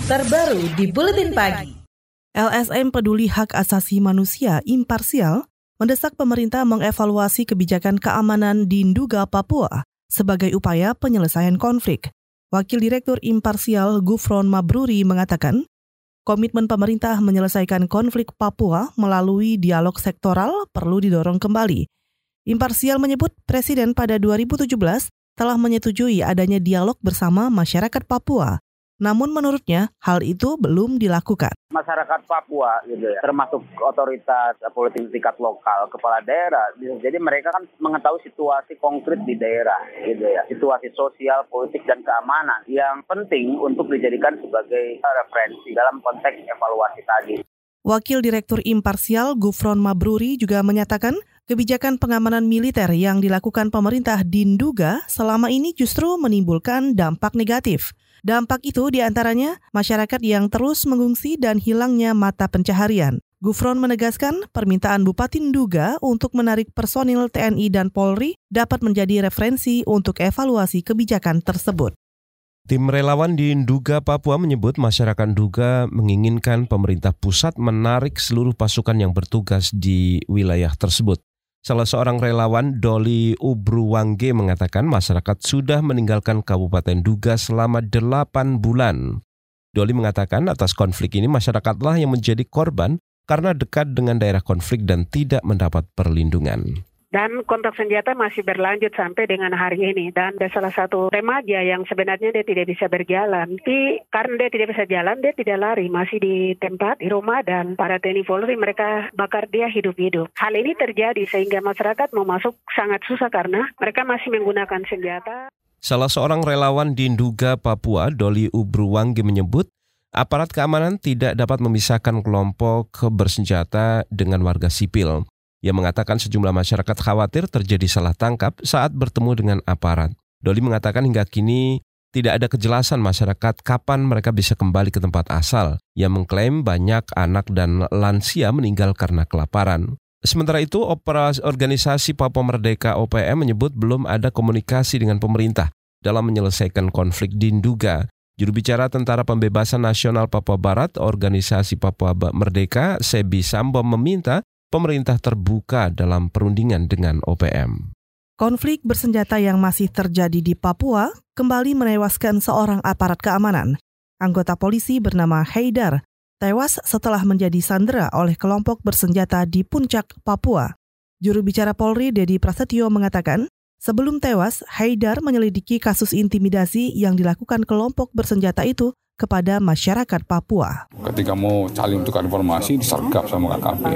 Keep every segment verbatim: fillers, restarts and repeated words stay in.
terbaru di Buletin Pagi. L S M Peduli Hak Asasi Manusia Imparsial mendesak pemerintah mengevaluasi kebijakan keamanan di Nduga, Papua sebagai upaya penyelesaian konflik. Wakil Direktur Imparsial Gufron Mabruri mengatakan, komitmen pemerintah menyelesaikan konflik Papua melalui dialog sektoral perlu didorong kembali. Imparsial menyebut Presiden pada dua ribu tujuh belas telah menyetujui adanya dialog bersama masyarakat Papua. Namun menurutnya hal itu belum dilakukan. Masyarakat Papua gitu ya, termasuk otoritas politik tingkat lokal, kepala daerah, jadi mereka kan mengetahui situasi konkret di daerah gitu ya, situasi sosial, politik dan keamanan yang penting untuk dijadikan sebagai referensi dalam konteks evaluasi tadi. Wakil Direktur Imparsial Gufron Mabruri juga menyatakan kebijakan pengamanan militer yang dilakukan pemerintah di Nduga selama ini justru menimbulkan dampak negatif. Dampak itu diantaranya masyarakat yang terus mengungsi dan hilangnya mata pencaharian. Gufron menegaskan permintaan Bupati Nduga untuk menarik personil T N I dan Polri dapat menjadi referensi untuk evaluasi kebijakan tersebut. Tim relawan di Nduga, Papua menyebut masyarakat Nduga menginginkan pemerintah pusat menarik seluruh pasukan yang bertugas di wilayah tersebut. Salah seorang relawan, Doli Ubruwangge, mengatakan masyarakat sudah meninggalkan Kabupaten Nduga selama delapan bulan. Doli mengatakan atas konflik ini masyarakatlah yang menjadi korban karena dekat dengan daerah konflik dan tidak mendapat perlindungan. Dan kontak senjata masih berlanjut sampai dengan hari ini. Dan ada salah satu remaja yang sebenarnya dia tidak bisa berjalan. Tapi karena dia tidak bisa jalan, dia tidak lari. Masih di tempat, di rumah, dan para T N I Polri mereka bakar dia hidup-hidup. Hal ini terjadi sehingga masyarakat mau masuk sangat susah karena mereka masih menggunakan senjata. Salah seorang relawan di Nduga, Papua, Doli Ubruwangge, menyebut aparat keamanan tidak dapat memisahkan kelompok bersenjata dengan warga sipil. Ia mengatakan sejumlah masyarakat khawatir terjadi salah tangkap saat bertemu dengan aparat. Doli mengatakan hingga kini tidak ada kejelasan masyarakat kapan mereka bisa kembali ke tempat asal. Ia mengklaim banyak anak dan lansia meninggal karena kelaparan. Sementara itu, Operasi Organisasi Papua Merdeka O P M menyebut belum ada komunikasi dengan pemerintah dalam menyelesaikan konflik di Nduga. Juru bicara Tentara Pembebasan Nasional Papua Barat, Organisasi Papua Merdeka, Sebi Sambo, meminta pemerintah terbuka dalam perundingan dengan O P M. Konflik bersenjata yang masih terjadi di Papua kembali menewaskan seorang aparat keamanan. Anggota polisi bernama Haidar tewas setelah menjadi sandera oleh kelompok bersenjata di Puncak, Papua. Juru bicara Polri Dedi Prasetyo mengatakan, sebelum tewas, Haidar menyelidiki kasus intimidasi yang dilakukan kelompok bersenjata itu kepada masyarakat Papua. Ketika mau cari untuk informasi, disergap sama K K P.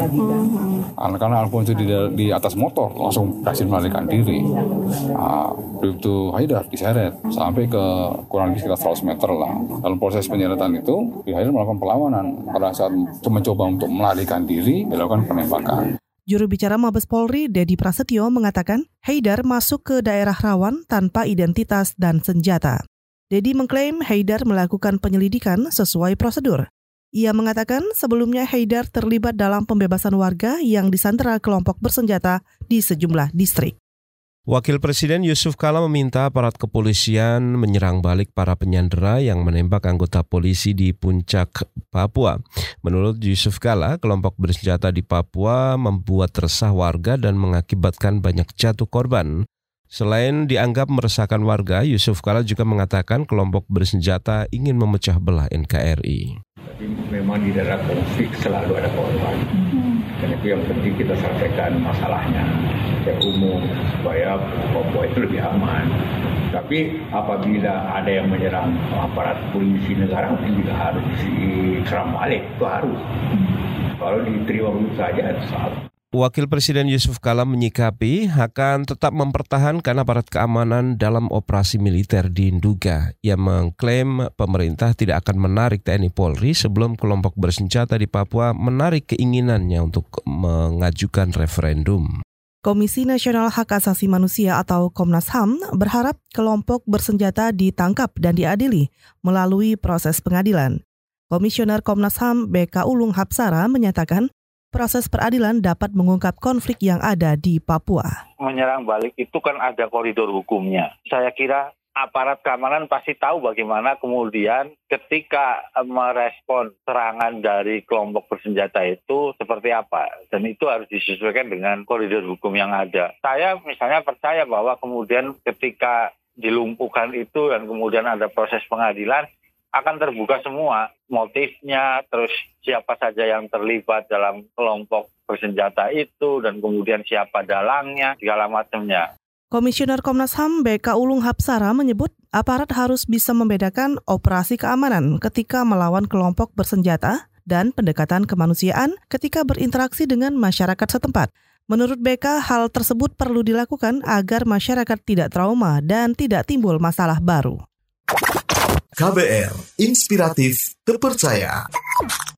Karena Alfonso di, di atas motor, langsung berhasil melarikan diri. Nah, itu Haidar diseret sampai ke kurang lebih sekitar seratus meter lah. Dalam proses penyeretan itu, Haidar melakukan perlawanan. Pada saat mencoba untuk melarikan diri, dilakukan penembakan. Juru bicara Mabes Polri Dedi Prasetyo mengatakan, Haidar masuk ke daerah rawan tanpa identitas dan senjata. Dedi mengklaim Haidar melakukan penyelidikan sesuai prosedur. Ia mengatakan sebelumnya Haidar terlibat dalam pembebasan warga yang disandera kelompok bersenjata di sejumlah distrik. Wakil Presiden Yusuf Kala meminta aparat kepolisian menyerang balik para penyandera yang menembak anggota polisi di Puncak, Papua. Menurut Yusuf Kala, kelompok bersenjata di Papua membuat resah warga dan mengakibatkan banyak jatuh korban. Selain dianggap meresahkan warga, Yusuf Kala juga mengatakan kelompok bersenjata ingin memecah belah N K R I. Jadi memang di daerah konflik selalu ada korban. Dan itu yang penting kita selesaikan masalahnya secara umum supaya Papua itu lebih aman. Tapi apabila ada yang menyerang aparat polisi negara, mungkin juga harus diserang balik, itu harus. Kalau diterima begitu saja itu salah. Wakil Presiden Yusuf Kala menyikapi akan tetap mempertahankan aparat keamanan dalam operasi militer di Nduga. Ia mengklaim pemerintah tidak akan menarik T N I Polri sebelum kelompok bersenjata di Papua menarik keinginannya untuk mengajukan referendum. Komisi Nasional Hak Asasi Manusia atau Komnas H A M berharap kelompok bersenjata ditangkap dan diadili melalui proses pengadilan. Komisioner Komnas H A M B K Ulung Hapsara menyatakan proses peradilan dapat mengungkap konflik yang ada di Papua. Menyerang balik itu kan ada koridor hukumnya. Saya kira aparat keamanan pasti tahu bagaimana kemudian ketika merespon serangan dari kelompok bersenjata itu seperti apa. Dan itu harus disesuaikan dengan koridor hukum yang ada. Saya misalnya percaya bahwa kemudian ketika dilumpuhkan itu dan kemudian ada proses pengadilan, akan terbuka semua motifnya, terus siapa saja yang terlibat dalam kelompok bersenjata itu, dan kemudian siapa dalangnya, segala macamnya. Komisioner Komnas H A M B K Ulung Hapsara menyebut aparat harus bisa membedakan operasi keamanan ketika melawan kelompok bersenjata dan pendekatan kemanusiaan ketika berinteraksi dengan masyarakat setempat. Menurut B K, hal tersebut perlu dilakukan agar masyarakat tidak trauma dan tidak timbul masalah baru. K B R, inspiratif, terpercaya.